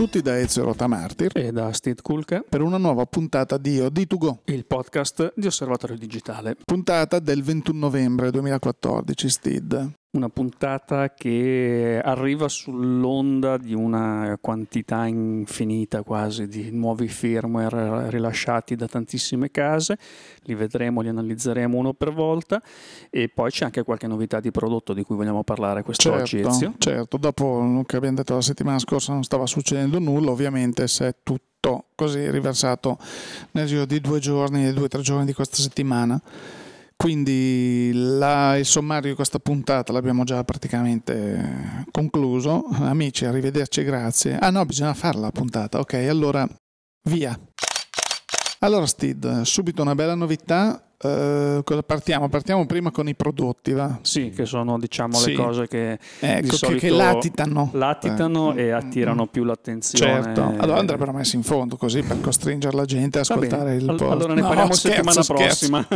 tutti da Ezio Rotamartir e da Steve Kulka per una nuova puntata di OD2Go, il podcast di Osservatorio Digitale. Puntata del 21 novembre 2014, Steve. Una puntata che arriva sull'onda di una quantità infinita quasi di nuovi firmware rilasciati da tantissime case. Li vedremo, li analizzeremo uno per volta e poi c'è anche qualche novità di prodotto di cui vogliamo parlare quest'oggi, Ezio. Certo, dopo che abbiamo detto la settimana scorsa non stava succedendo nulla, ovviamente se è tutto così riversato nel giro di 2 giorni, 2 o 3 giorni di questa settimana. Quindi il sommario di questa puntata l'abbiamo già praticamente concluso. Amici, arrivederci, grazie. Ah no, bisogna farla la puntata. Ok, allora via. Allora Steve, subito una bella novità. Cosa partiamo? Partiamo prima con i prodotti, va? Sì, che sono le cose che di solito che latitano e attirano più l'attenzione. Certo, allora andrebbero messi in fondo così per costringere la gente a ascoltare il post. Allora ne parliamo settimana prossima.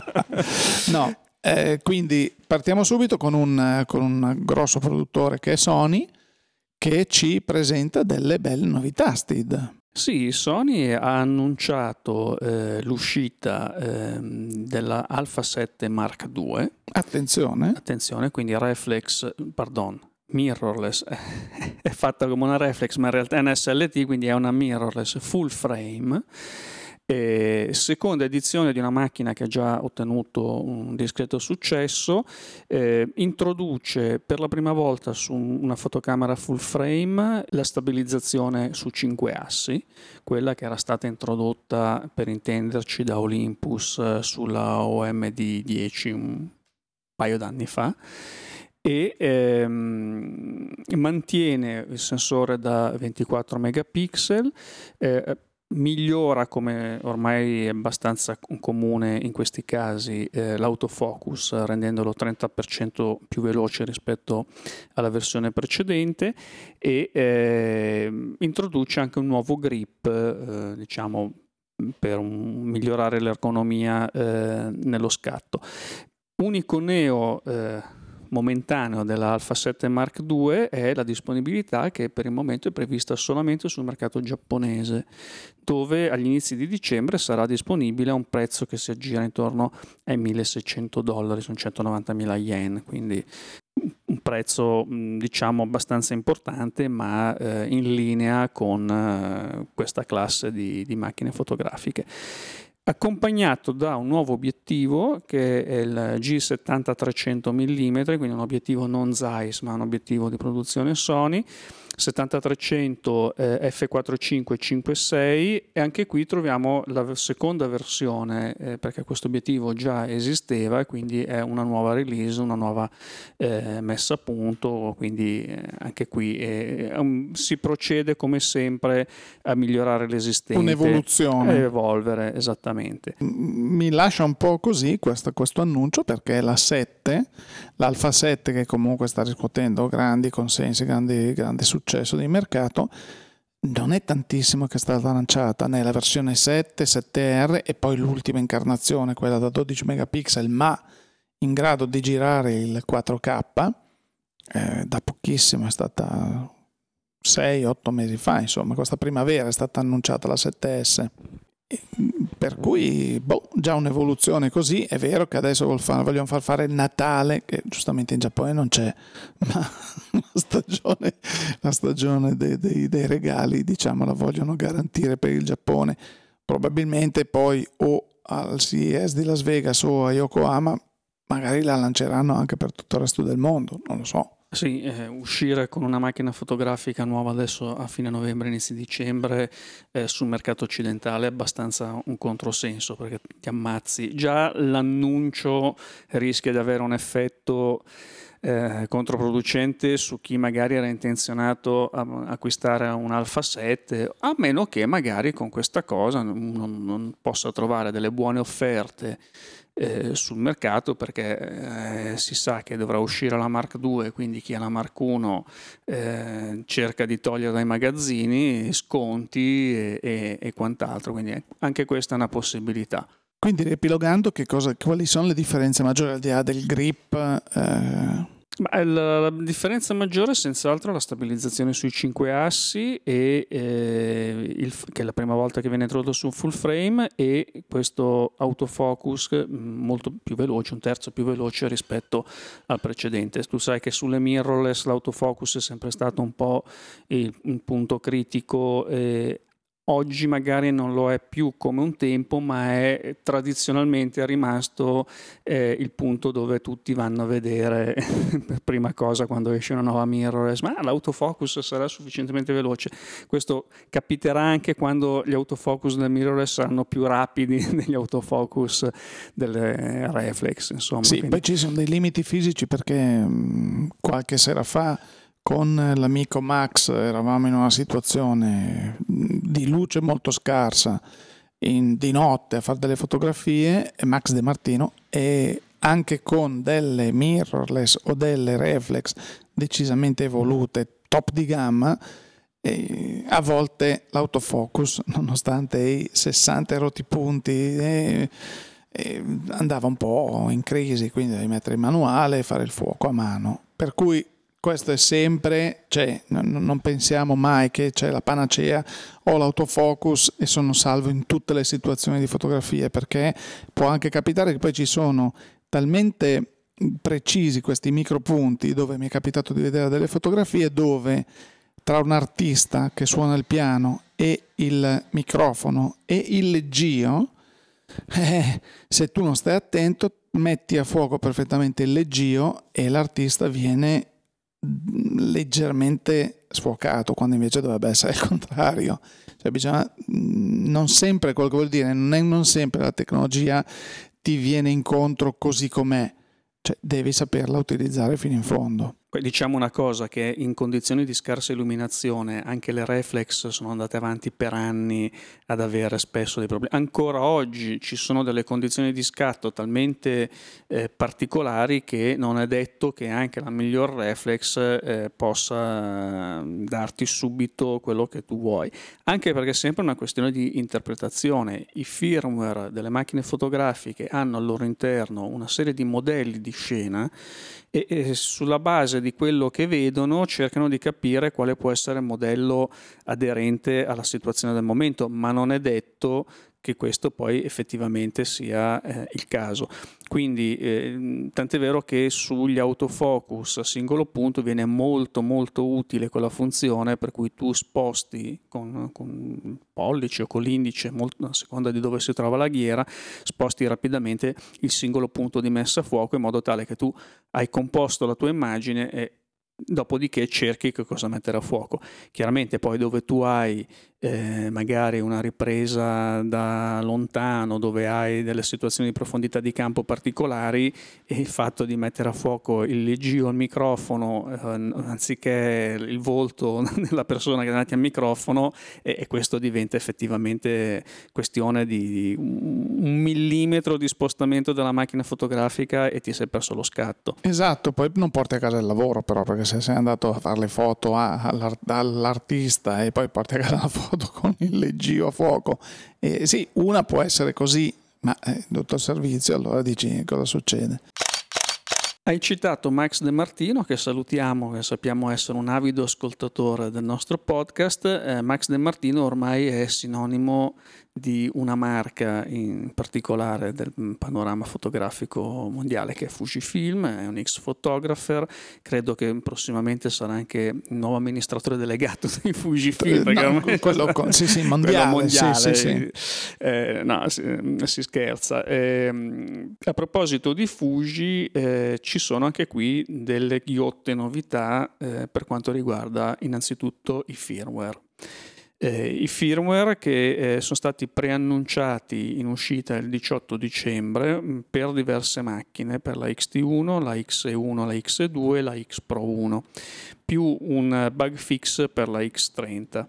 No, quindi partiamo subito con un grosso produttore che è Sony, che ci presenta delle belle novità, Steve. Sì, Sony ha annunciato l'uscita della Alpha 7 Mark II. Attenzione, quindi mirrorless, è fatta come una reflex ma in realtà è una SLT, quindi è una mirrorless full frame. Seconda edizione di una macchina che ha già ottenuto un discreto successo, introduce per la prima volta su una fotocamera full frame la stabilizzazione su 5 assi, quella che era stata introdotta, per intenderci, da Olympus sulla OMD 10 un paio d'anni fa, e mantiene il sensore da 24 megapixel, migliora, come ormai è abbastanza comune in questi casi, l'autofocus, rendendolo 30% più veloce rispetto alla versione precedente, e introduce anche un nuovo grip, per migliorare l'ergonomia nello scatto. Unico neo momentaneo della Alpha 7 Mark II è la disponibilità, che per il momento è prevista solamente sul mercato giapponese, dove agli inizi di dicembre sarà disponibile a un prezzo che si aggira intorno ai $1.600, sono 190.000 yen, quindi un prezzo abbastanza importante, ma in linea con questa classe di macchine fotografiche. Accompagnato da un nuovo obiettivo che è il G70-300 mm, quindi un obiettivo non Zeiss ma un obiettivo di produzione Sony, 70-300 f4.5 5.6, e anche qui troviamo la seconda versione, perché questo obiettivo già esisteva e quindi è una nuova release, una nuova messa a punto, quindi anche qui si procede come sempre a migliorare l'esistente, un'evoluzione, evolvere, esattamente. Mi lascia un po' così questo annuncio, perché l'Alpha 7, che comunque sta riscuotendo grandi consensi, grande successo di mercato, non è tantissimo che è stata lanciata nella versione 7, 7R e poi l'ultima incarnazione, quella da 12 megapixel, ma in grado di girare il 4K, da pochissimo, è stata 6-8 mesi fa, insomma, questa primavera è stata annunciata la 7S. Per cui già un'evoluzione così. È vero che adesso vogliono far fare il Natale, che giustamente in Giappone non c'è, ma la stagione dei regali, la vogliono garantire per il Giappone. Probabilmente poi o al CES di Las Vegas o a Yokohama magari la lanceranno anche per tutto il resto del mondo, non lo so. Sì, uscire con una macchina fotografica nuova adesso a fine novembre, inizio dicembre, sul mercato occidentale è abbastanza un controsenso, perché ti ammazzi. Già l'annuncio rischia di avere un effetto controproducente su chi magari era intenzionato a acquistare un Alpha 7, a meno che magari con questa cosa non possa trovare delle buone offerte sul mercato, perché si sa che dovrà uscire la Mark II, quindi chi ha la Mark I cerca di togliere dai magazzini sconti e quant'altro, quindi anche questa è una possibilità. Quindi riepilogando, quali sono le differenze maggiori al di là del grip? Ma la differenza maggiore è senz'altro la stabilizzazione sui 5 assi che è la prima volta che viene introdotto su un full frame, e questo autofocus molto più veloce, un terzo più veloce rispetto al precedente. Tu sai che sulle mirrorless l'autofocus è sempre stato un po' un punto critico. Oggi magari non lo è più come un tempo, ma è tradizionalmente rimasto il punto dove tutti vanno a vedere per prima cosa quando esce una nuova mirrorless, ma l'autofocus sarà sufficientemente veloce. Questo capiterà anche quando gli autofocus del mirrorless saranno più rapidi degli autofocus delle reflex, insomma. Sì, Quindi... poi ci sono dei limiti fisici perché qualche sera fa con l'amico Max eravamo in una situazione di luce molto scarsa di notte a fare delle fotografie, e Max De Martino, e anche con delle mirrorless o delle reflex decisamente evolute, top di gamma, a volte l'autofocus, nonostante i 60 rotti punti, andava un po' in crisi, quindi devi mettere il manuale e fare il fuoco a mano. Per cui questo è sempre, cioè, non pensiamo mai che c'è la panacea o l'autofocus e sono salvo in tutte le situazioni di fotografia, perché può anche capitare che poi ci sono talmente precisi questi micropunti, dove mi è capitato di vedere delle fotografie dove tra un artista che suona il piano e il microfono e il leggio, se tu non stai attento metti a fuoco perfettamente il leggio e l'artista viene leggermente sfocato, quando invece dovrebbe essere il contrario. Cioè bisogna, non sempre, quello che vuol dire non sempre la tecnologia ti viene incontro così com'è, cioè devi saperla utilizzare fino in fondo. Diciamo una cosa, che in condizioni di scarsa illuminazione anche le reflex sono andate avanti per anni ad avere spesso dei problemi. Ancora oggi ci sono delle condizioni di scatto talmente particolari che non è detto che anche la miglior reflex possa darti subito quello che tu vuoi, anche perché è sempre una questione di interpretazione. I firmware delle macchine fotografiche hanno al loro interno una serie di modelli di scena e sulla base di quello che vedono cercano di capire quale può essere il modello aderente alla situazione del momento, ma non è detto che questo poi effettivamente sia il caso. Quindi tant'è vero che sugli autofocus a singolo punto viene molto molto utile quella funzione per cui tu sposti con il pollice o con l'indice, molto, a seconda di dove si trova la ghiera, sposti rapidamente il singolo punto di messa a fuoco in modo tale che tu hai composto la tua immagine e dopodiché cerchi che cosa mettere a fuoco. Chiaramente poi dove tu hai magari una ripresa da lontano, dove hai delle situazioni di profondità di campo particolari, e il fatto di mettere a fuoco il leggio, il microfono anziché il volto della persona che è davanti al microfono, e questo diventa effettivamente questione di un millimetro di spostamento della macchina fotografica e ti sei perso lo scatto. Esatto, poi non porti a casa il lavoro però, perché se sei andato a fare le foto all'artista e poi porti a casa la foto con il leggio a fuoco, sì, una può essere così, ma dottor Servizio, allora dici cosa succede? Hai citato Max De Martino, che salutiamo, che sappiamo essere un avido ascoltatore del nostro podcast. Max De Martino ormai è sinonimo di una marca in particolare del panorama fotografico mondiale, che è Fujifilm, è un ex-photographer, credo che prossimamente sarà anche il nuovo amministratore delegato di Fujifilm, sì, mondiale. Sì. No, si scherza. A proposito di Fuji, ci sono anche qui delle ghiotte novità per quanto riguarda innanzitutto i firmware. I firmware che sono stati preannunciati in uscita il 18 dicembre per diverse macchine, per la X-T1, la X1, la X2 e la X Pro 1, più un bug fix per la X30.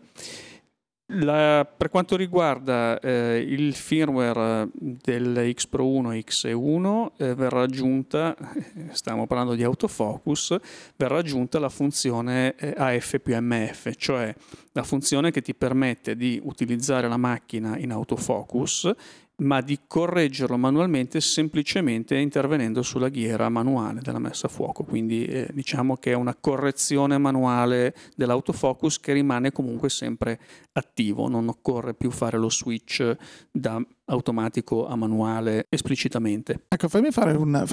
Per quanto riguarda il firmware del X Pro 1 e X1 verrà aggiunta, stiamo parlando di autofocus, verrà aggiunta la funzione AF più MF, cioè la funzione che ti permette di utilizzare la macchina in autofocus ma di correggerlo manualmente semplicemente intervenendo sulla ghiera manuale della messa a fuoco. Quindi diciamo che è una correzione manuale dell'autofocus che rimane comunque sempre attivo, non occorre più fare lo switch da automatico a manuale esplicitamente. Ecco, fammi fare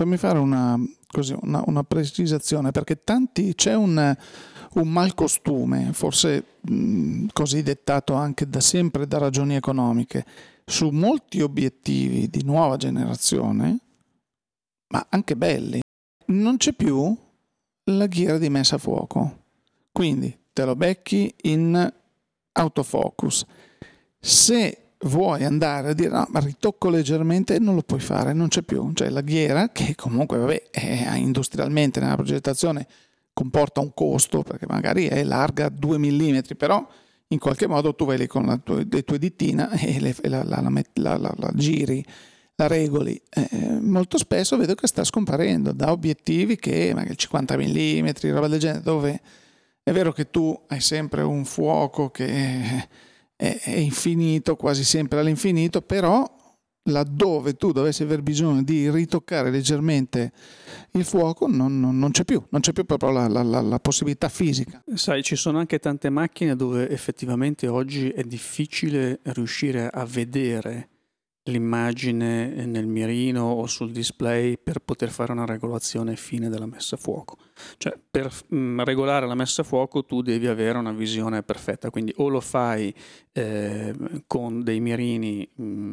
una precisazione, perché c'è un malcostume, forse così dettato anche da sempre da ragioni economiche, su molti obiettivi di nuova generazione, ma anche belli, non c'è più la ghiera di messa a fuoco. Quindi te lo becchi in autofocus. Se vuoi andare a dire no, ma ritocco leggermente, non lo puoi fare, non c'è più. Cioè la ghiera, che comunque vabbè, industrialmente nella progettazione comporta un costo, perché magari è larga 2 mm, però in qualche modo tu vai lì con le tue dittina e la giri, la regoli. Molto spesso vedo che sta scomparendo da obiettivi che magari 50 mm, roba del genere, dove è vero che tu hai sempre un fuoco che è infinito, quasi sempre all'infinito, però laddove tu dovessi aver bisogno di ritoccare leggermente il fuoco non c'è più proprio la possibilità fisica. Sai, ci sono anche tante macchine dove effettivamente oggi è difficile riuscire a vedere l'immagine nel mirino o sul display per poter fare una regolazione fine della messa a fuoco. Cioè, per regolare la messa a fuoco tu devi avere una visione perfetta, quindi o lo fai con dei mirini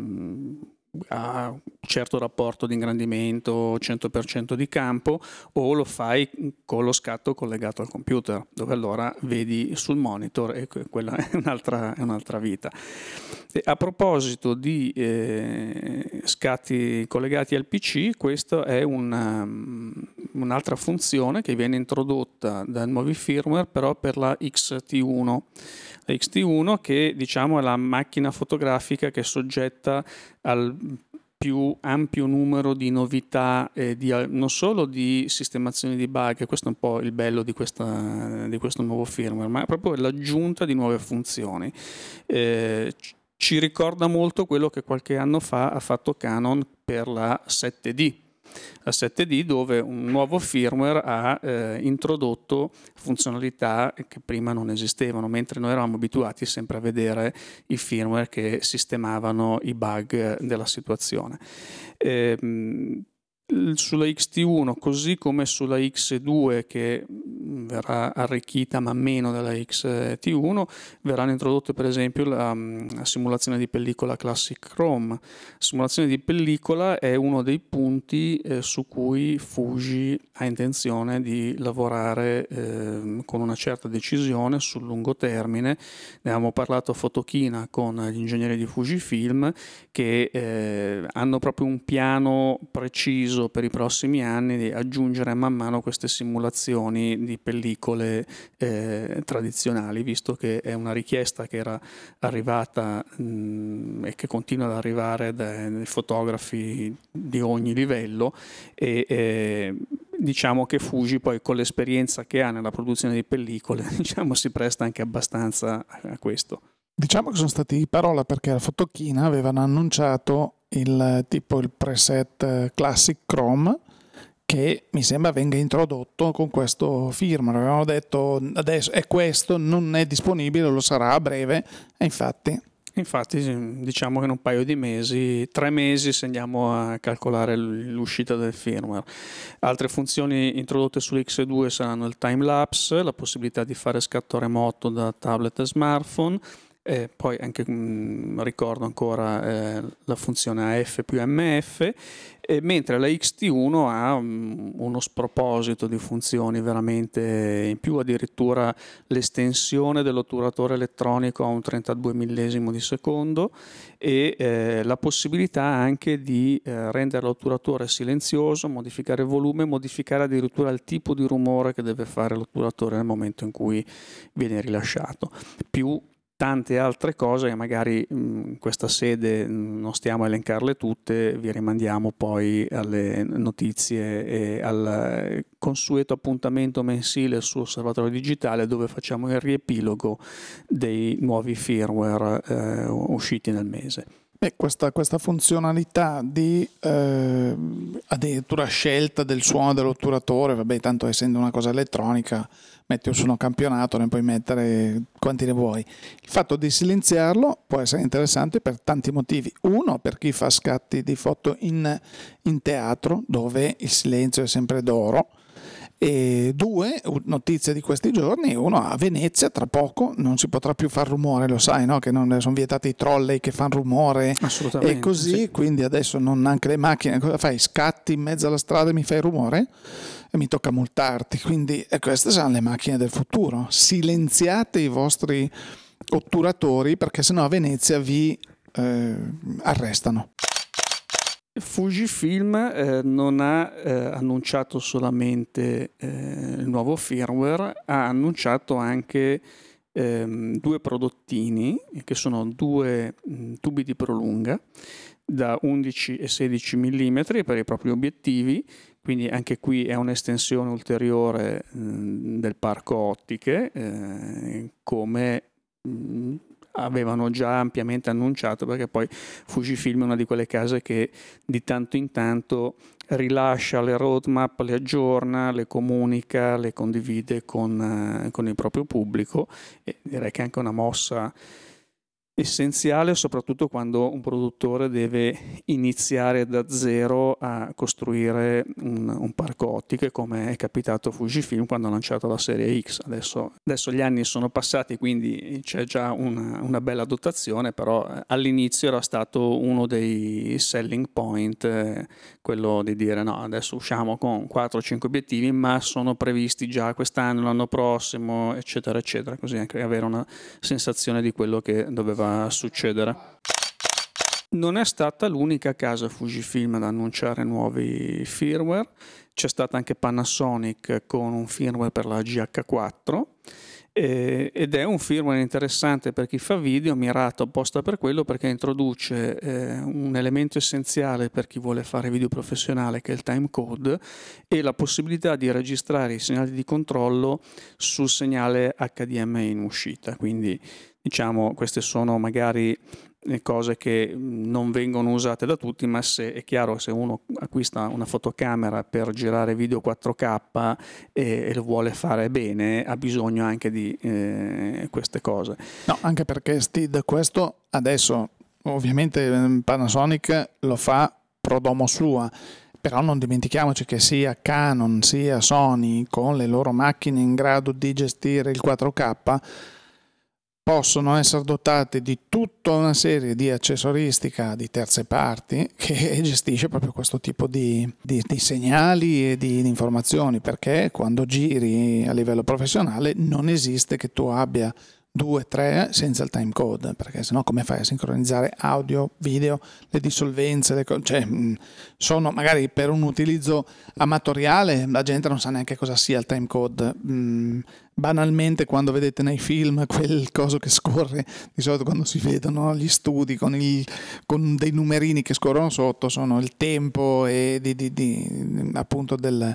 a un certo rapporto di ingrandimento, 100% di campo, o lo fai con lo scatto collegato al computer, dove allora vedi sul monitor e quella è un'altra vita. E a proposito di scatti collegati al PC, questa è un'altra funzione che viene introdotta dai nuovi firmware, però per la XT1. La XT1 che diciamo è la macchina fotografica che è soggetta al più ampio numero di novità, non solo di sistemazioni di bug, questo è un po' il bello di questo nuovo firmware, ma proprio l'aggiunta di nuove funzioni. Ci ricorda molto quello che qualche anno fa ha fatto Canon per la 7D. La 7D, dove un nuovo firmware ha introdotto funzionalità che prima non esistevano, mentre noi eravamo abituati sempre a vedere i firmware che sistemavano i bug della situazione. Sulla XT1, così come sulla X2 che verrà arricchita ma meno della XT1, verranno introdotte per esempio la simulazione di pellicola Classic Chrome. La simulazione di pellicola è uno dei punti su cui Fuji ha intenzione di lavorare con una certa decisione sul lungo termine. Ne avevamo parlato a Fotochina con gli ingegneri di Fujifilm che hanno proprio un piano preciso per i prossimi anni di aggiungere man mano queste simulazioni di pellicole tradizionali, visto che è una richiesta che era arrivata e che continua ad arrivare dai fotografi di ogni livello e diciamo che Fuji poi con l'esperienza che ha nella produzione di pellicole diciamo si presta anche abbastanza a questo. Diciamo che sono stati di parola perché a Fotochina avevano annunciato il preset Classic Chrome che mi sembra venga introdotto con questo firmware. Avevamo detto adesso è questo, non è disponibile, lo sarà a breve e infatti diciamo che in un paio di mesi, 3 mesi se andiamo a calcolare l'uscita del firmware. Altre funzioni introdotte sull'X2 saranno il time lapse, la possibilità di fare scatto remoto da tablet e smartphone. Poi anche ricordo ancora la funzione AF più MF, mentre la XT1 ha uno sproposito di funzioni veramente in più, addirittura l'estensione dell'otturatore elettronico a un 32 millesimo di secondo e la possibilità anche di rendere l'otturatore silenzioso, modificare il volume, modificare addirittura il tipo di rumore che deve fare l'otturatore nel momento in cui viene rilasciato, più tante altre cose che magari in questa sede non stiamo a elencarle tutte, vi rimandiamo poi alle notizie e al consueto appuntamento mensile su Osservatorio Digitale dove facciamo il riepilogo dei nuovi firmware usciti nel mese. Questa funzionalità di addirittura scelta del suono dell'otturatore, vabbè, tanto essendo una cosa elettronica, metti su un campionato, ne puoi mettere quanti ne vuoi. Il fatto di silenziarlo può essere interessante per tanti motivi. Uno, per chi fa scatti di foto in teatro, dove il silenzio è sempre d'oro. E due, notizia di questi giorni, uno a Venezia tra poco non si potrà più far rumore, lo sai, no? Che non sono vietati i trolley che fanno rumore Assolutamente, e così, sì. quindi adesso non anche le macchine, cosa fai? Scatti in mezzo alla strada e mi fai rumore? E mi tocca multarti, quindi queste saranno le macchine del futuro. Silenziate i vostri otturatori perché sennò a Venezia vi arrestano. Fujifilm non ha annunciato solamente il nuovo firmware, ha annunciato anche due prodottini che sono due tubi di prolunga da 11 e 16 mm per i propri obiettivi, quindi anche qui è un'estensione ulteriore del parco ottiche, come avevano già ampiamente annunciato, perché poi Fujifilm è una di quelle case che di tanto in tanto rilascia le roadmap, le aggiorna, le comunica, le condivide con il proprio pubblico, e direi che è anche una mossa essenziale, soprattutto quando un produttore deve iniziare da zero a costruire un parco ottiche, come è capitato a Fujifilm quando ha lanciato la serie X. Adesso gli anni sono passati, quindi c'è già una bella dotazione, però all'inizio era stato uno dei selling point, quello di dire no, adesso usciamo con 4-5 obiettivi, ma sono previsti già quest'anno, l'anno prossimo, eccetera, eccetera, così anche avere una sensazione di quello che doveva succedere. Non è stata l'unica casa Fujifilm ad annunciare nuovi firmware, c'è stata anche Panasonic con un firmware per la GH4 ed è un firmware interessante per chi fa video, mirato apposta per quello, perché introduce un elemento essenziale per chi vuole fare video professionale, che è il timecode, e la possibilità di registrare i segnali di controllo sul segnale HDMI in uscita. Quindi diciamo, queste sono magari cose che non vengono usate da tutti, ma è chiaro, se uno acquista una fotocamera per girare video 4K e lo vuole fare bene, ha bisogno anche di queste cose. No, anche perché Steed questo adesso ovviamente Panasonic lo fa pro domo sua, però non dimentichiamoci che sia Canon sia Sony, con le loro macchine in grado di gestire il 4K, possono essere dotati di tutta una serie di accessoristica di terze parti che gestisce proprio questo tipo di segnali e di informazioni, perché quando giri a livello professionale non esiste che tu abbia 2-3 senza il timecode, perché sennò come fai a sincronizzare audio, video, le dissolvenze, cioè sono magari per un utilizzo amatoriale, la gente non sa neanche cosa sia il timecode. Banalmente quando vedete nei film quel coso che scorre, di solito quando si vedono gli studi con dei numerini che scorrono sotto, sono il tempo e appunto della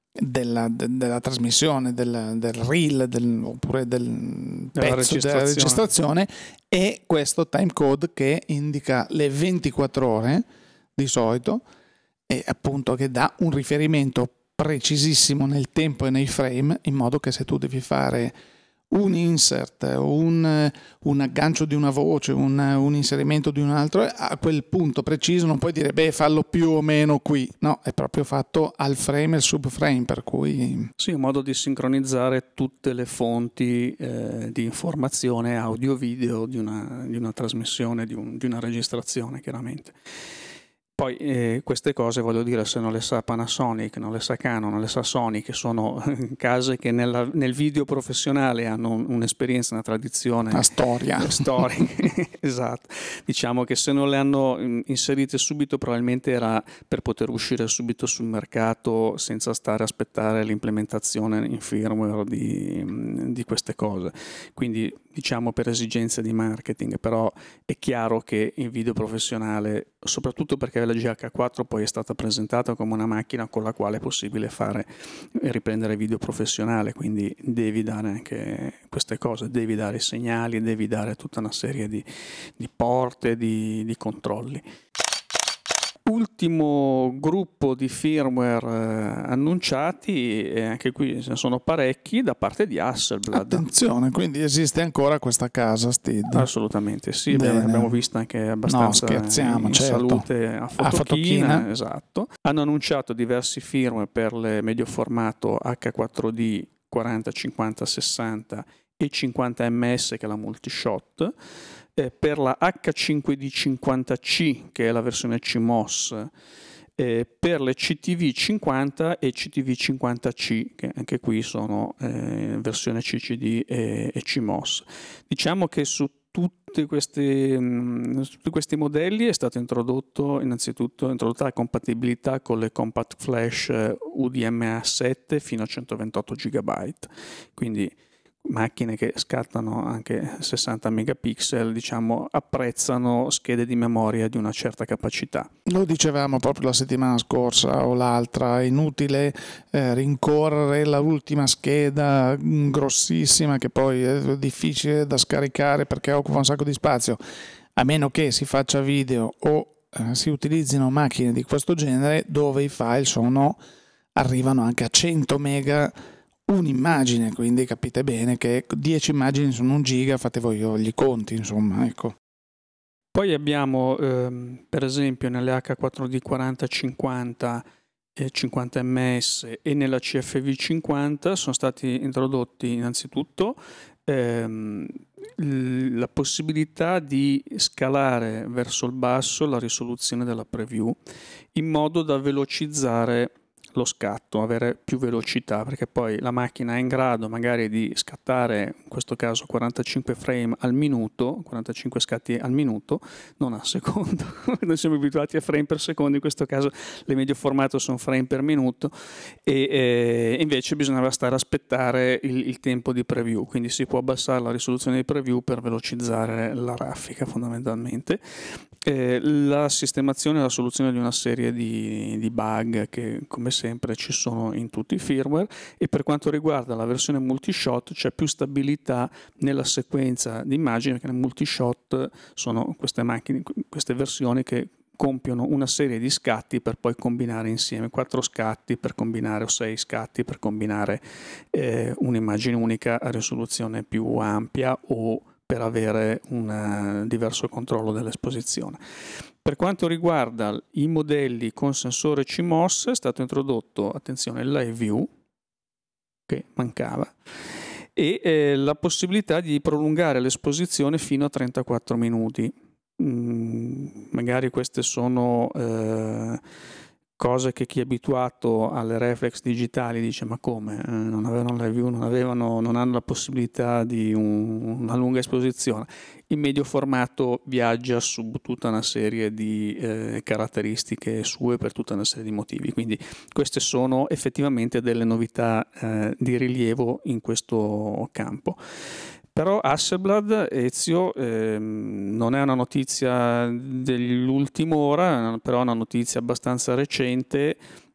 trasmissione, del reel oppure del pezzo della registrazione, e questo timecode che indica le 24 ore di solito, e appunto che dà un riferimento precisissimo nel tempo e nei frame, in modo che se tu devi fare un insert, un aggancio di una voce, un inserimento di un altro, a quel punto preciso non puoi dire beh fallo più o meno qui, no, è proprio fatto al frame e al subframe, per cui sì, un modo di sincronizzare tutte le fonti di informazione audio-video di una trasmissione, di una registrazione, chiaramente. Poi queste cose, voglio dire, se non le sa Panasonic, non le sa Canon, non le sa Sony, che sono case che nel video professionale hanno un'esperienza, una tradizione, una storia. Esatto. Diciamo che se non le hanno inserite subito, probabilmente era per poter uscire subito sul mercato senza stare a aspettare l'implementazione in firmware di queste cose. Quindi diciamo per esigenze di marketing, però è chiaro che il video professionale, soprattutto perché la GH4 poi è stata presentata come una macchina con la quale è possibile riprendere video professionale, quindi devi dare anche queste cose, devi dare i segnali, devi dare tutta una serie di porte, di controlli. Ultimo gruppo di firmware annunciati, e anche qui ce ne sono parecchi da parte di Hasselblad. Attenzione, quindi esiste ancora questa casa Steed? Assolutamente sì, abbiamo visto anche abbastanza in salute a Fotochina. Esatto. Hanno annunciato diversi firmware per le medio formato H4D 40, 50, 60 e 50 ms, che è la multishot. Per la H5D50C, che è la versione CMOS, per le CTV50 e CTV50C, che anche qui sono versione CCD e CMOS. Diciamo che su tutti questi modelli è stata introdotta la compatibilità con le Compact Flash UDMA7 fino a 128 GB, quindi macchine che scattano anche 60 megapixel, diciamo, apprezzano schede di memoria di una certa capacità. Lo dicevamo proprio la settimana scorsa o l'altra, è inutile rincorrere la ultima scheda grossissima che poi è difficile da scaricare perché occupa un sacco di spazio, a meno che si faccia video o si utilizzino macchine di questo genere dove i file arrivano anche a 100 mega un'immagine, quindi capite bene che 10 immagini sono 1 giga, fate voi gli conti, insomma, ecco. Poi abbiamo per esempio nelle H4D 40-50 50 ms e nella CFV50 sono stati introdotti innanzitutto la possibilità di scalare verso il basso la risoluzione della preview in modo da velocizzare lo scatto, avere più velocità, perché poi la macchina è in grado magari di scattare, in questo caso 45 frame al minuto, 45 scatti al minuto, non al secondo. Noi siamo abituati a frame per secondo, in questo caso le medio formato sono frame per minuto e invece bisognava stare a aspettare il tempo di preview, quindi si può abbassare la risoluzione di preview per velocizzare la raffica fondamentalmente. La sistemazione e la soluzione di una serie di bug che come sempre ci sono in tutti i firmware, e per quanto riguarda la versione multishot c'è più stabilità nella sequenza di immagini, perché nel multishot sono queste macchine, queste versioni che compiono una serie di scatti per poi combinare insieme 4 scatti per combinare o 6 scatti per combinare un'immagine unica a risoluzione più ampia o per avere un diverso controllo dell'esposizione. Per quanto riguarda i modelli con sensore CMOS è stato introdotto, attenzione, il Live View, che mancava, e la possibilità di prolungare l'esposizione fino a 34 minuti. Magari queste sono cose che chi è abituato alle reflex digitali dice ma come? Non avevano Live View, non hanno la possibilità di una lunga esposizione. Il medio formato viaggia su tutta una serie di caratteristiche sue per tutta una serie di motivi, quindi queste sono effettivamente delle novità di rilievo in questo campo. Però Hasselblad, Ezio, non è una notizia dell'ultima ora, però è una notizia abbastanza recente,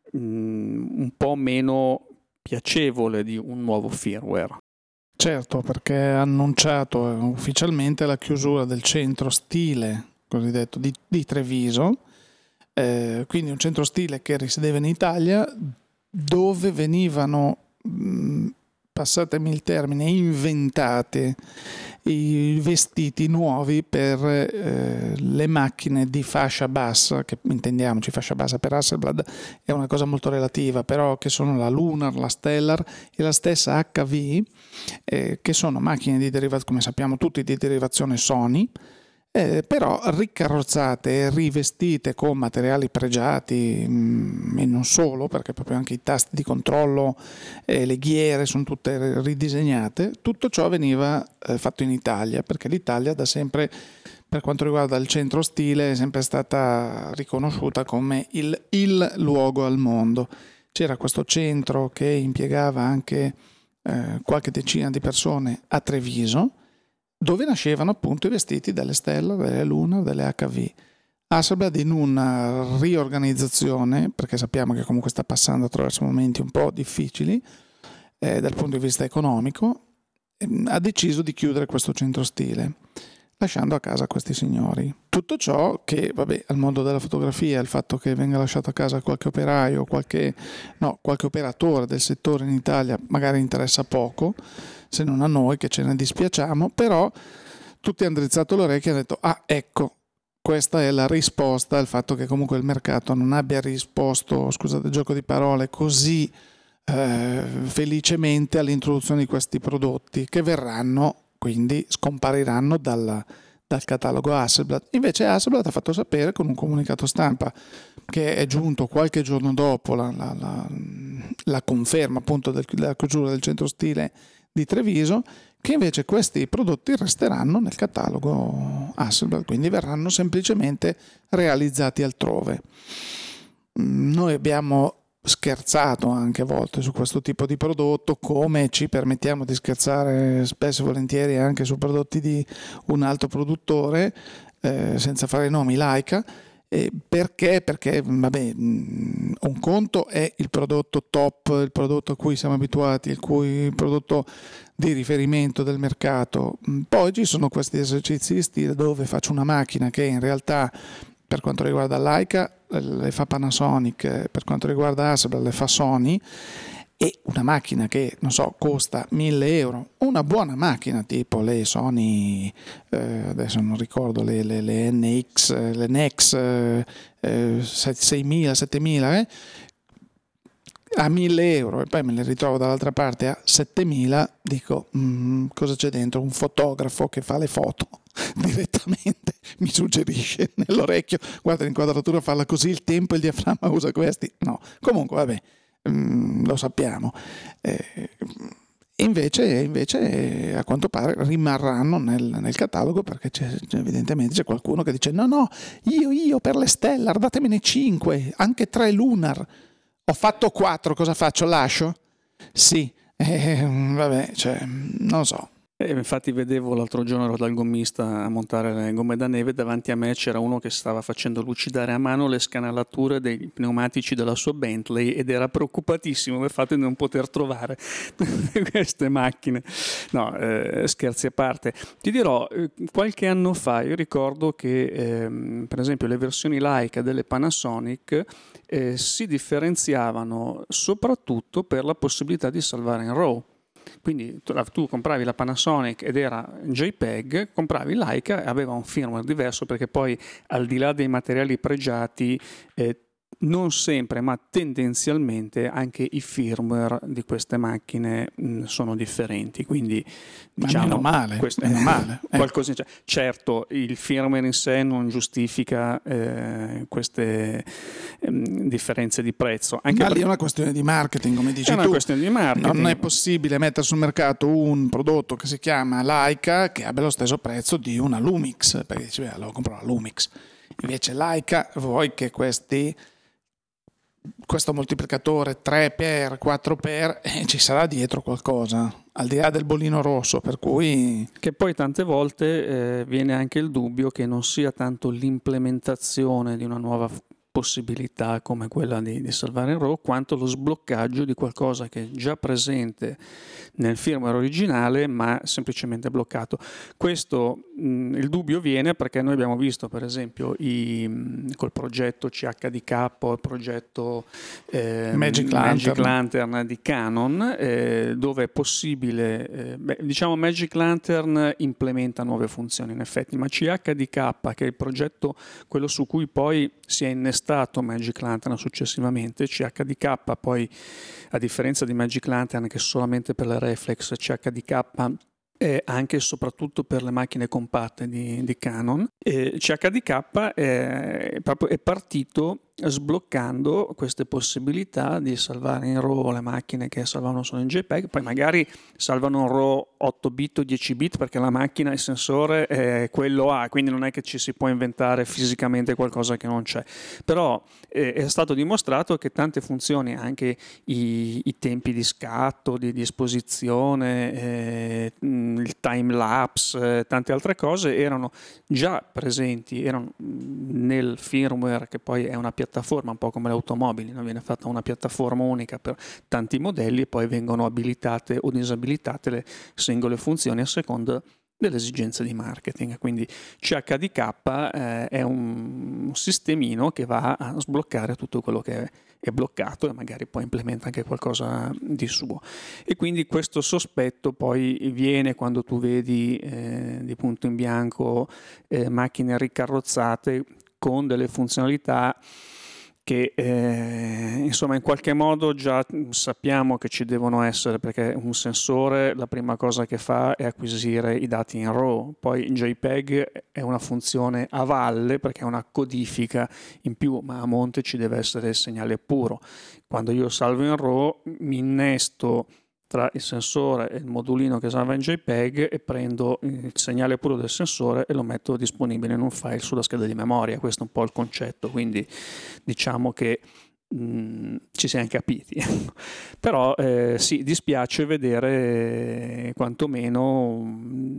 un po' meno piacevole di un nuovo firmware. Certo, perché ha annunciato ufficialmente la chiusura del centro stile cosiddetto di Treviso, quindi un centro stile che risiedeva in Italia, dove venivano passatemi il termine, inventate i vestiti nuovi per le macchine di fascia bassa, che intendiamoci, fascia bassa per Hasselblad è una cosa molto relativa, però che sono la Lunar, la Stellar e la stessa HV, che sono macchine di derivazione, come sappiamo tutti, di derivazione Sony, però ricarrozzate e rivestite con materiali pregiati e non solo, perché proprio anche i tasti di controllo e le ghiere sono tutte ridisegnate. Tutto ciò veniva fatto in Italia, perché l'Italia da sempre, per quanto riguarda il centro stile, è sempre stata riconosciuta come il luogo al mondo. C'era questo centro che impiegava anche qualche decina di persone a Treviso, dove nascevano appunto i vestiti delle Stellar, delle Lunar, delle HV. Hasselblad, in una riorganizzazione, perché sappiamo che comunque sta passando attraverso momenti un po' difficili dal punto di vista economico, ha deciso di chiudere questo centro stile, lasciando a casa questi signori. Tutto ciò che, vabbè, al mondo della fotografia, il fatto che venga lasciato a casa qualche operaio, qualche operatore del settore in Italia magari interessa poco, se non a noi che ce ne dispiacciamo, però tutti hanno drizzato l'orecchio e hanno detto: ah, ecco, questa è la risposta al fatto che comunque il mercato non abbia risposto, scusate il gioco di parole, così felicemente all'introduzione di questi prodotti che verranno, quindi scompariranno dal catalogo Hasselblad. Invece Hasselblad ha fatto sapere con un comunicato stampa che è giunto qualche giorno dopo la conferma appunto della chiusura del centro stile di Treviso, che invece questi prodotti resteranno nel catalogo Hasselblad, quindi verranno semplicemente realizzati altrove. Noi abbiamo scherzato anche a volte su questo tipo di prodotto, come ci permettiamo di scherzare spesso e volentieri anche su prodotti di un altro produttore, senza fare nomi, Leica. Perché vabbè, un conto è il prodotto top, il prodotto a cui siamo abituati, il prodotto di riferimento del mercato. Poi ci sono questi esercizi di stile dove faccio una macchina che in realtà, per quanto riguarda Leica, le fa Panasonic, per quanto riguarda Hasselblad le fa Sony, e una macchina che, non so, costa 1.000 euro, una buona macchina tipo le Sony, adesso non ricordo, le NX, le NEX 6.000, 7.000, a 1.000 euro, e poi me le ritrovo dall'altra parte a 7.000, dico, cosa c'è dentro? Un fotografo che fa le foto direttamente mi suggerisce nell'orecchio: guarda, l'inquadratura farla così, il tempo e il diaframma usa questi. No, comunque vabbè, lo sappiamo. Invece a quanto pare rimarranno nel catalogo, perché evidentemente c'è qualcuno che dice: no, io per le Stellar datemene 5, anche 3 Lunar, ho fatto 4, cosa faccio? Lascio? Sì, vabbè, non lo so. Infatti vedevo l'altro giorno, ero dal gommista a montare le gomme da neve, davanti a me c'era uno che stava facendo lucidare a mano le scanalature dei pneumatici della sua Bentley ed era preoccupatissimo per il fatto di non poter trovare queste macchine. No, scherzi a parte. Ti dirò, qualche anno fa io ricordo che per esempio le versioni Leica delle Panasonic si differenziavano soprattutto per la possibilità di salvare in RAW. Quindi tu compravi la Panasonic ed era JPEG, compravi Leica e aveva un firmware diverso, perché poi al di là dei materiali pregiati non sempre, ma tendenzialmente anche i firmware di queste macchine sono differenti, quindi diciamo meno male, meno male. Qualcosa, certo, il firmware in sé non giustifica queste differenze di prezzo. Anche lì è una questione di marketing, come dici tu. È una questione di marketing. Non è possibile mettere sul mercato un prodotto che si chiama Leica che abbia lo stesso prezzo di una Lumix, perché dici: allora compro la Lumix. Invece Leica vuoi che questo moltiplicatore 3x, 4x, ci sarà dietro qualcosa, al di là del bollino rosso, per cui... Che poi tante volte viene anche il dubbio che non sia tanto l'implementazione di una nuova possibilità come quella di salvare in RAW, quanto lo sbloccaggio di qualcosa che è già presente nel firmware originale ma semplicemente bloccato. Questo il dubbio viene perché noi abbiamo visto per esempio col progetto CHDK o il progetto Magic Lantern di Canon, dove è possibile, diciamo Magic Lantern implementa nuove funzioni in effetti, ma CHDK, che è il progetto quello su cui poi si è innestato Magic Lantern successivamente, CHDK poi, a differenza di Magic Lantern che solamente per le reflex, CHDK è anche e soprattutto per le macchine compatte di Canon. CHDK è partito sbloccando queste possibilità di salvare in RAW le macchine che salvano solo in JPEG, poi magari salvano in RAW 8 bit o 10 bit perché la macchina, il sensore quello ha, quindi non è che ci si può inventare fisicamente qualcosa che non c'è, però è stato dimostrato che tante funzioni, anche i tempi di scatto, di esposizione, il time lapse, tante altre cose erano già presenti, erano nel firmware, che poi è una piattaforma un po' come le automobili, no? Viene fatta una piattaforma unica per tanti modelli e poi vengono abilitate o disabilitate le singole funzioni a seconda delle esigenze di marketing. Quindi CHDK è un sistemino che va a sbloccare tutto quello che è bloccato e magari poi implementa anche qualcosa di suo. E quindi questo sospetto poi viene quando tu vedi di punto in bianco macchine ricarrozzate con delle funzionalità che insomma in qualche modo già sappiamo che ci devono essere, perché un sensore la prima cosa che fa è acquisire i dati in RAW, poi in JPEG è una funzione a valle perché è una codifica in più, ma a monte ci deve essere il segnale puro. Quando io salvo in RAW mi innesto tra il sensore e il modulino che salva in JPEG e prendo il segnale puro del sensore e lo metto disponibile in un file sulla scheda di memoria. Questo è un po' il concetto, quindi diciamo che ci siamo capiti. Però sì, dispiace vedere quantomeno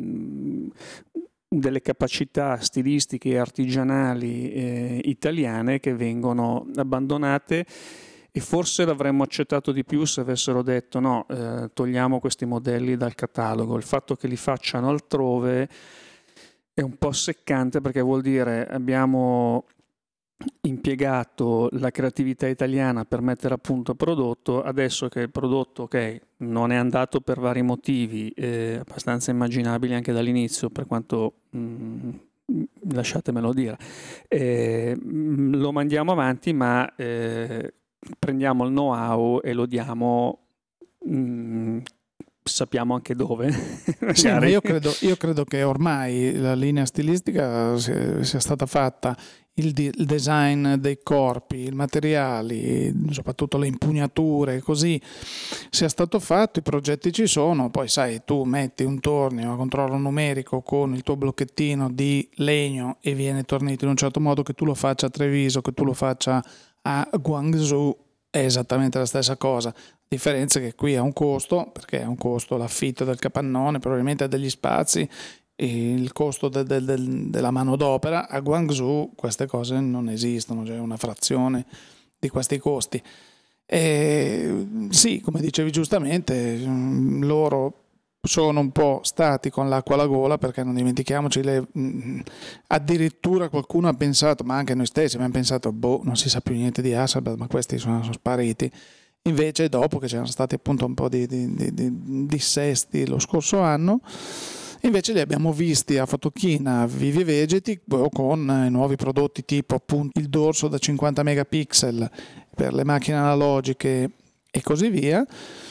delle capacità stilistiche e artigianali italiane che vengono abbandonate. E forse l'avremmo accettato di più se avessero detto no, togliamo questi modelli dal catalogo. Il fatto che li facciano altrove è un po' seccante, perché vuol dire abbiamo impiegato la creatività italiana per mettere a punto il prodotto, adesso che il prodotto non è andato per vari motivi abbastanza immaginabili anche dall'inizio, per quanto lasciatemelo dire, lo mandiamo avanti, ma prendiamo il know-how e lo diamo, sappiamo anche dove. Sì, ma io credo che ormai la linea stilistica sia stata fatta, il design dei corpi, i materiali, soprattutto le impugnature, così sia stato fatto, i progetti ci sono, poi sai, tu metti un tornio a controllo numerico con il tuo blocchettino di legno e viene tornito in un certo modo, che tu lo faccia a Treviso, che tu lo faccia a Guangzhou, è esattamente la stessa cosa. Differenza che qui ha un costo, perché è un costo l'affitto del capannone, probabilmente ha degli spazi, e il costo della manodopera. A Guangzhou queste cose non esistono, c'è una frazione di questi costi. E sì, come dicevi giustamente, loro sono un po' stati con l'acqua alla gola, perché non dimentichiamoci, addirittura qualcuno ha pensato, ma anche noi stessi abbiamo pensato, non si sa più niente di Hasselblad, ma questi sono spariti. Invece dopo che c'erano stati appunto un po' di dissesti lo scorso anno, invece li abbiamo visti a Fotochina vivi e vegeti, con nuovi prodotti tipo appunto il dorso da 50 megapixel per le macchine analogiche e così via.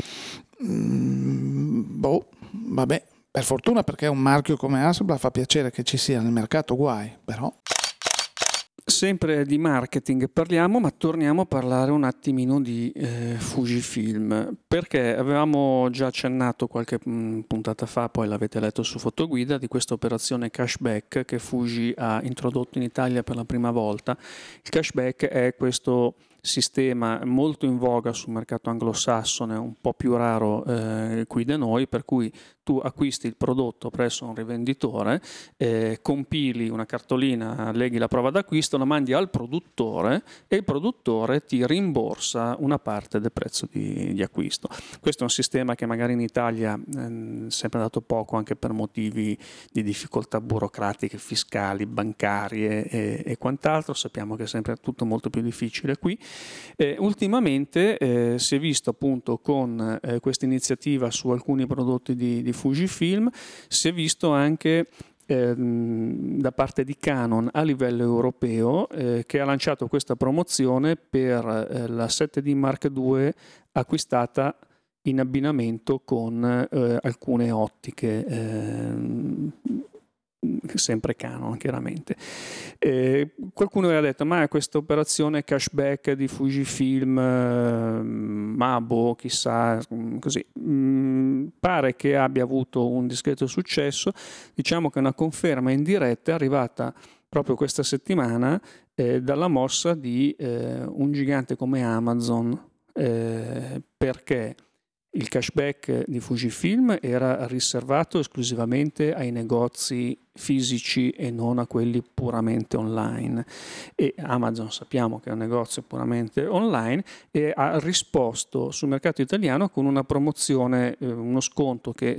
Vabbè, per fortuna, perché un marchio come Hasselblad fa piacere che ci sia nel mercato, guai, però. Sempre di marketing parliamo, ma torniamo a parlare un attimino di Fujifilm, perché avevamo già accennato qualche puntata fa, poi l'avete letto su Fotoguida, di questa operazione cashback che Fuji ha introdotto in Italia per la prima volta. Il cashback è questo sistema molto in voga sul mercato anglosassone, un po' più raro qui da noi, per cui tu acquisti il prodotto presso un rivenditore, compili una cartolina, leghi la prova d'acquisto, la mandi al produttore e il produttore ti rimborsa una parte del prezzo di acquisto. Questo è un sistema che magari in Italia è sempre andato poco, anche per motivi di difficoltà burocratiche, fiscali, bancarie e quant'altro. Sappiamo che è sempre tutto molto più difficile qui. Ultimamente si è visto appunto con questa iniziativa su alcuni prodotti di Fujifilm, si è visto anche da parte di Canon a livello europeo che ha lanciato questa promozione per la 7D Mark II acquistata in abbinamento con alcune ottiche. sempre Canon chiaramente. Qualcuno aveva detto ma questa operazione cashback di Fujifilm, ma boh, chissà, così. Pare che abbia avuto un discreto successo. Diciamo che una conferma indiretta è arrivata proprio questa settimana dalla mossa di un gigante come Amazon, perché il cashback di Fujifilm era riservato esclusivamente ai negozi fisici e non a quelli puramente online, e Amazon sappiamo che è un negozio puramente online e ha risposto sul mercato italiano con una promozione, uno sconto che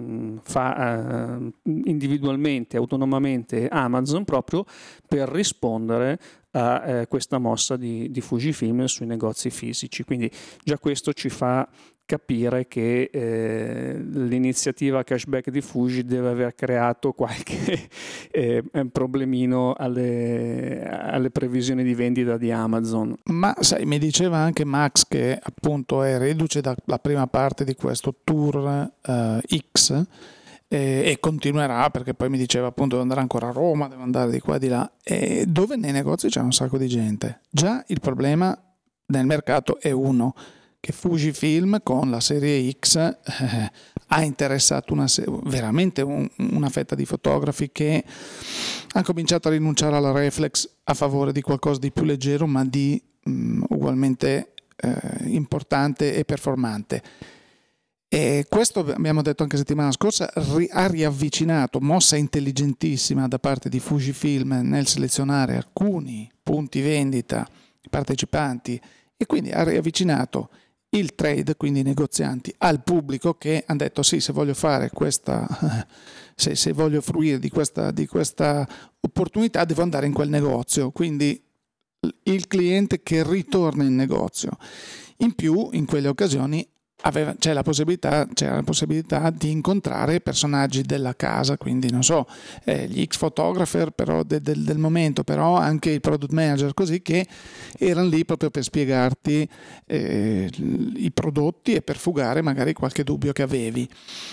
fa individualmente, autonomamente Amazon, proprio per rispondere a questa mossa di Fujifilm sui negozi fisici. Quindi già questo ci fa capire che l'iniziativa cashback di Fuji deve aver creato qualche problemino alle previsioni di vendita di Amazon. Ma sai, mi diceva anche Max che appunto è reduce dalla prima parte di questo tour X e continuerà, perché poi mi diceva appunto devo andare ancora a Roma, devo andare di qua e di là, dove nei negozi c'è un sacco di gente. Già il problema nel mercato è uno, che Fujifilm con la serie X ha interessato veramente una fetta di fotografi che hanno cominciato a rinunciare alla reflex a favore di qualcosa di più leggero ma di ugualmente importante e performante. E questo, abbiamo detto anche settimana scorsa, ha riavvicinato, mossa intelligentissima da parte di Fujifilm nel selezionare alcuni punti vendita partecipanti, e quindi ha riavvicinato il trade, quindi i negozianti, al pubblico, che hanno detto sì, se voglio fare questa, se voglio fruire di questa opportunità devo andare in quel negozio, quindi il cliente che ritorna in negozio. In più, in quelle occasioni c'era la possibilità di incontrare personaggi della casa, quindi non so, gli X photographer però del momento, però anche il product manager, così, che erano lì proprio per spiegarti i prodotti e per fugare magari qualche dubbio che avevi.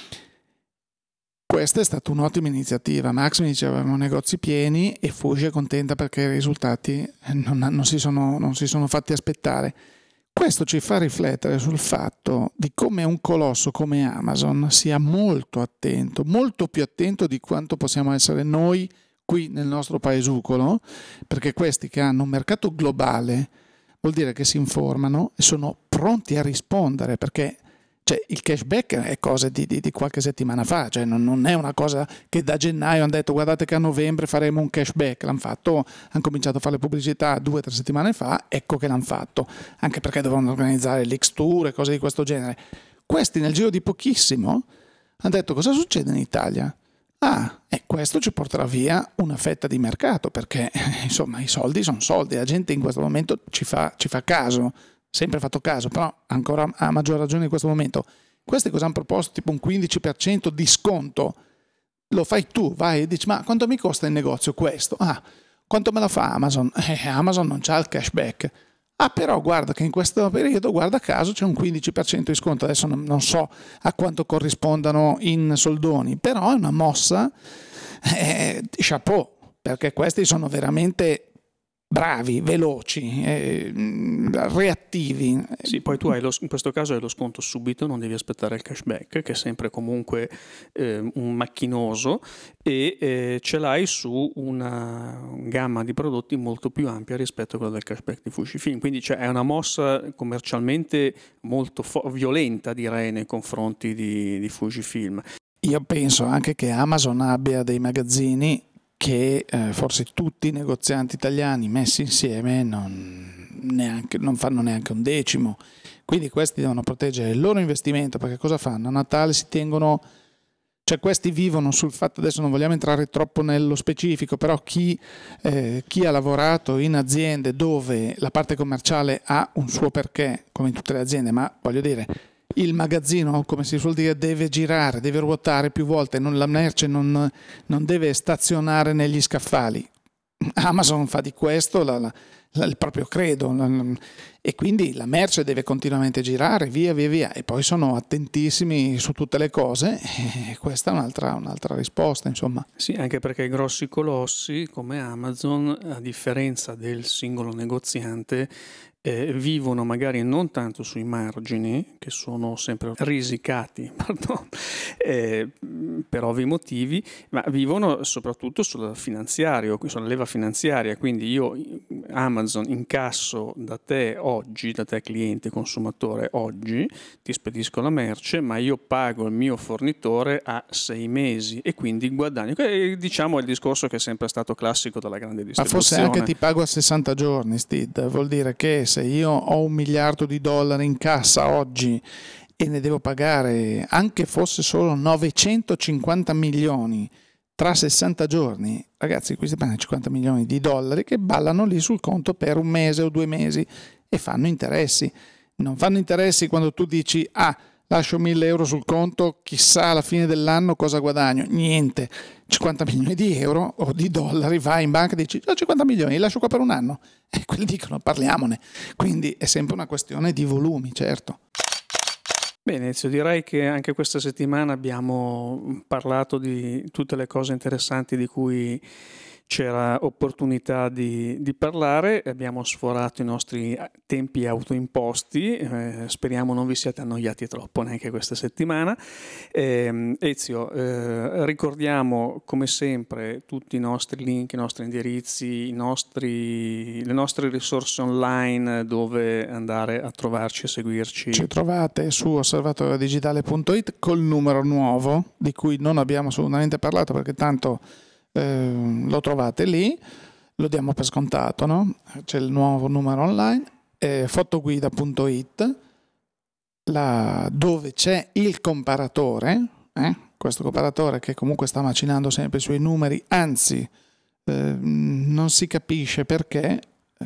Questa è stata un'ottima iniziativa. Max mi diceva avevamo negozi pieni e Fuji è contenta perché i risultati non si sono fatti aspettare. Questo ci fa riflettere sul fatto di come un colosso come Amazon sia molto attento, molto più attento di quanto possiamo essere noi qui nel nostro paesucolo, perché questi che hanno un mercato globale vuol dire che si informano e sono pronti a rispondere, perché il cashback è cosa di qualche settimana fa, non è una cosa che da gennaio hanno detto guardate che a novembre faremo un cashback. L'hanno fatto, hanno cominciato a fare pubblicità 2 o 3 settimane fa, ecco che l'hanno fatto, anche perché dovevano organizzare l'X Tour e cose di questo genere. Questi nel giro di pochissimo hanno detto cosa succede in Italia? E questo ci porterà via una fetta di mercato, perché insomma i soldi sono soldi, la gente in questo momento ci fa caso, sempre fatto caso, però ancora a maggior ragione in questo momento. Questi cosa hanno proposto? Tipo un 15% di sconto. Lo fai tu, vai e dici ma quanto mi costa in negozio questo? Quanto me la fa Amazon? Amazon non c'ha il cashback. Però guarda che in questo periodo, guarda caso, c'è un 15% di sconto. Adesso non so a quanto corrispondano in soldoni, però è una mossa chapeau, perché questi sono veramente bravi, veloci, reattivi. Sì, poi tu hai in questo caso hai lo sconto subito, non devi aspettare il cashback, che è sempre comunque un macchinoso, e ce l'hai su una gamma di prodotti molto più ampia rispetto a quella del cashback di Fujifilm. Quindi è una mossa commercialmente molto violenta, direi, nei confronti di Fujifilm. Io penso anche che Amazon abbia dei magazzini che forse tutti i negozianti italiani messi insieme non fanno neanche un decimo, quindi questi devono proteggere il loro investimento, perché cosa fanno? A Natale si tengono, questi vivono sul fatto, adesso non vogliamo entrare troppo nello specifico, però chi ha lavorato in aziende dove la parte commerciale ha un suo perché, come in tutte le aziende, ma voglio dire, il magazzino, come si suol dire, deve girare, deve ruotare più volte, la merce non deve stazionare negli scaffali. Amazon fa di questo il proprio credo, e quindi la merce deve continuamente girare via e poi sono attentissimi su tutte le cose, e questa è un'altra risposta, insomma. Sì, anche perché i grossi colossi come Amazon, a differenza del singolo negoziante, vivono magari non tanto sui margini, che sono sempre risicati, pardon, per ovvi motivi, ma vivono soprattutto sul finanziario, sulla leva finanziaria. Quindi io, Amazon, incasso da te oggi, da te cliente, consumatore, oggi, ti spedisco la merce, ma io pago il mio fornitore a 6 mesi e quindi guadagno. Diciamo è il discorso che è sempre stato classico dalla grande distribuzione. Ma forse anche ti pago a 60 giorni, Steve, vuol dire che se io ho $1 miliardo in cassa oggi e ne devo pagare anche fosse solo 950 milioni tra 60 giorni, ragazzi, qui si pagano $50 milioni che ballano lì sul conto per 1 mese o 2 mesi e fanno interessi. Non fanno interessi quando tu dici lascio 1.000 euro sul conto, chissà alla fine dell'anno cosa guadagno. Niente, 50 milioni di euro o di dollari, vai in banca e dici 50 milioni, li lascio qua per un anno. E quelli dicono parliamone. Quindi è sempre una questione di volumi, certo. Bene, Ezio, direi che anche questa settimana abbiamo parlato di tutte le cose interessanti di cui c'era opportunità di parlare, abbiamo sforato i nostri tempi autoimposti, speriamo non vi siate annoiati troppo neanche questa settimana. Ezio, ricordiamo come sempre tutti i nostri link, i nostri indirizzi, le nostre risorse online dove andare a trovarci e seguirci. Ci trovate su osservatoriodigitale.it col numero nuovo, di cui non abbiamo assolutamente parlato perché tanto lo trovate lì, lo diamo per scontato, no? C'è il nuovo numero online, fotoguida.it, dove c'è il comparatore, questo comparatore che comunque sta macinando sempre i suoi numeri, anzi non si capisce perché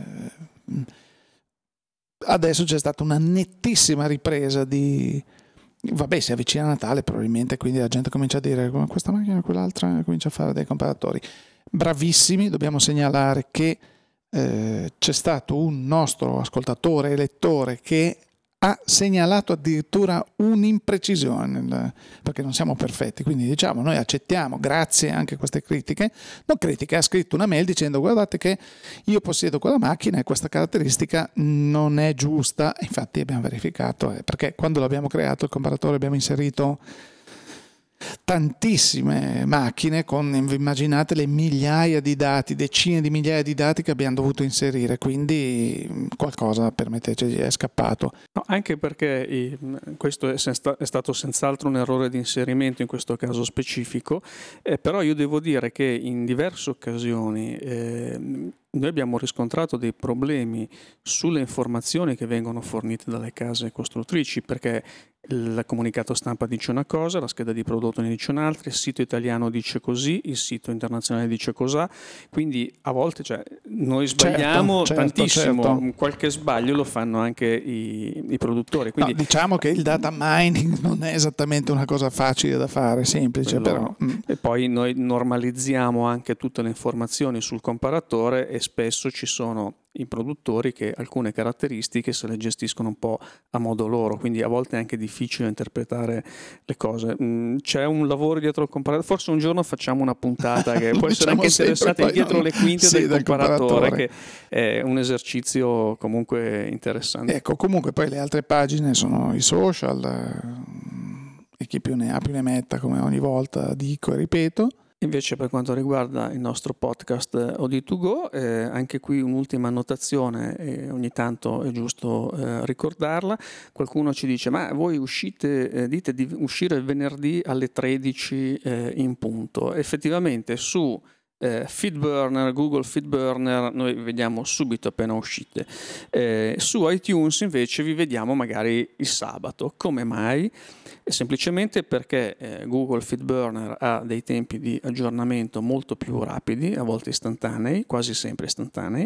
adesso c'è stata una nettissima ripresa Vabbè, si avvicina a Natale probabilmente, quindi la gente comincia a dire questa macchina e quell'altra, comincia a fare dei comparatori. Bravissimi, dobbiamo segnalare che c'è stato un nostro ascoltatore e lettore che ha segnalato addirittura un'imprecisione, perché non siamo perfetti, quindi diciamo noi accettiamo, grazie anche a queste critiche, non critiche, ha scritto una mail dicendo guardate che io possiedo quella macchina e questa caratteristica non è giusta, infatti abbiamo verificato, perché quando l'abbiamo creato il comparatore abbiamo inserito tantissime macchine con, immaginate, le migliaia di dati, decine di migliaia di dati che abbiamo dovuto inserire, quindi qualcosa, permetteteci, è scappato. No, anche perché questo è stato senz'altro un errore di inserimento in questo caso specifico, però io devo dire che in diverse occasioni noi abbiamo riscontrato dei problemi sulle informazioni che vengono fornite dalle case costruttrici, perché il comunicato stampa dice una cosa, la scheda di prodotto ne dice un'altra, il sito italiano dice così, il sito internazionale dice cos'ha, quindi a volte noi sbagliamo tantissimo, certo. Qualche sbaglio lo fanno anche i produttori. Quindi, no, diciamo che il data mining non è esattamente una cosa facile da fare, semplice però. E poi noi normalizziamo anche tutte le informazioni sul comparatore e spesso ci sono i produttori che alcune caratteristiche se le gestiscono un po' a modo loro, quindi a volte è anche difficile interpretare le cose. C'è un lavoro dietro il comparatore, forse un giorno facciamo una puntata che può essere anche interessante, dietro le quinte del comparatore, che è un esercizio comunque interessante. Ecco, comunque poi le altre pagine sono i social, e chi più ne ha più ne metta, come ogni volta dico e ripeto. Invece per quanto riguarda il nostro podcast OD2Go, anche qui un'ultima annotazione, ogni tanto è giusto ricordarla. Qualcuno ci dice ma voi dite di uscire il venerdì alle 13 in punto. Effettivamente su Feedburner, Google Feedburner noi vediamo subito appena uscite, su iTunes invece vi vediamo magari il sabato. Come mai? Semplicemente perché Google Feedburner ha dei tempi di aggiornamento molto più rapidi, a volte istantanei, quasi sempre istantanei,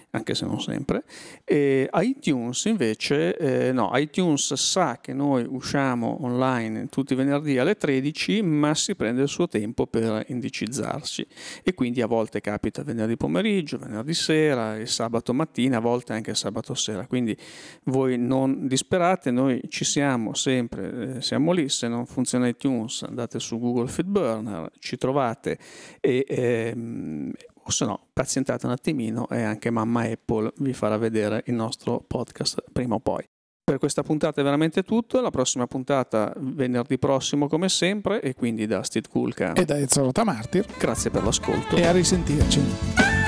anche se non sempre. E iTunes invece no, iTunes sa che noi usciamo online tutti i venerdì alle 13, ma si prende il suo tempo per indicizzarci, e quindi a volte capita venerdì pomeriggio, venerdì sera, il sabato mattina, a volte anche il sabato sera. Quindi voi non disperate, noi ci siamo sempre, siamo lì. Se non funziona iTunes andate su Google Feedburner, ci trovate, e o se no pazientate un attimino e anche mamma Apple vi farà vedere il nostro podcast prima o poi. Per questa puntata è veramente tutto. La prossima puntata venerdì prossimo come sempre, e quindi da Steve Kulka e da Ezio Rotamartir. Grazie per l'ascolto E a risentirci.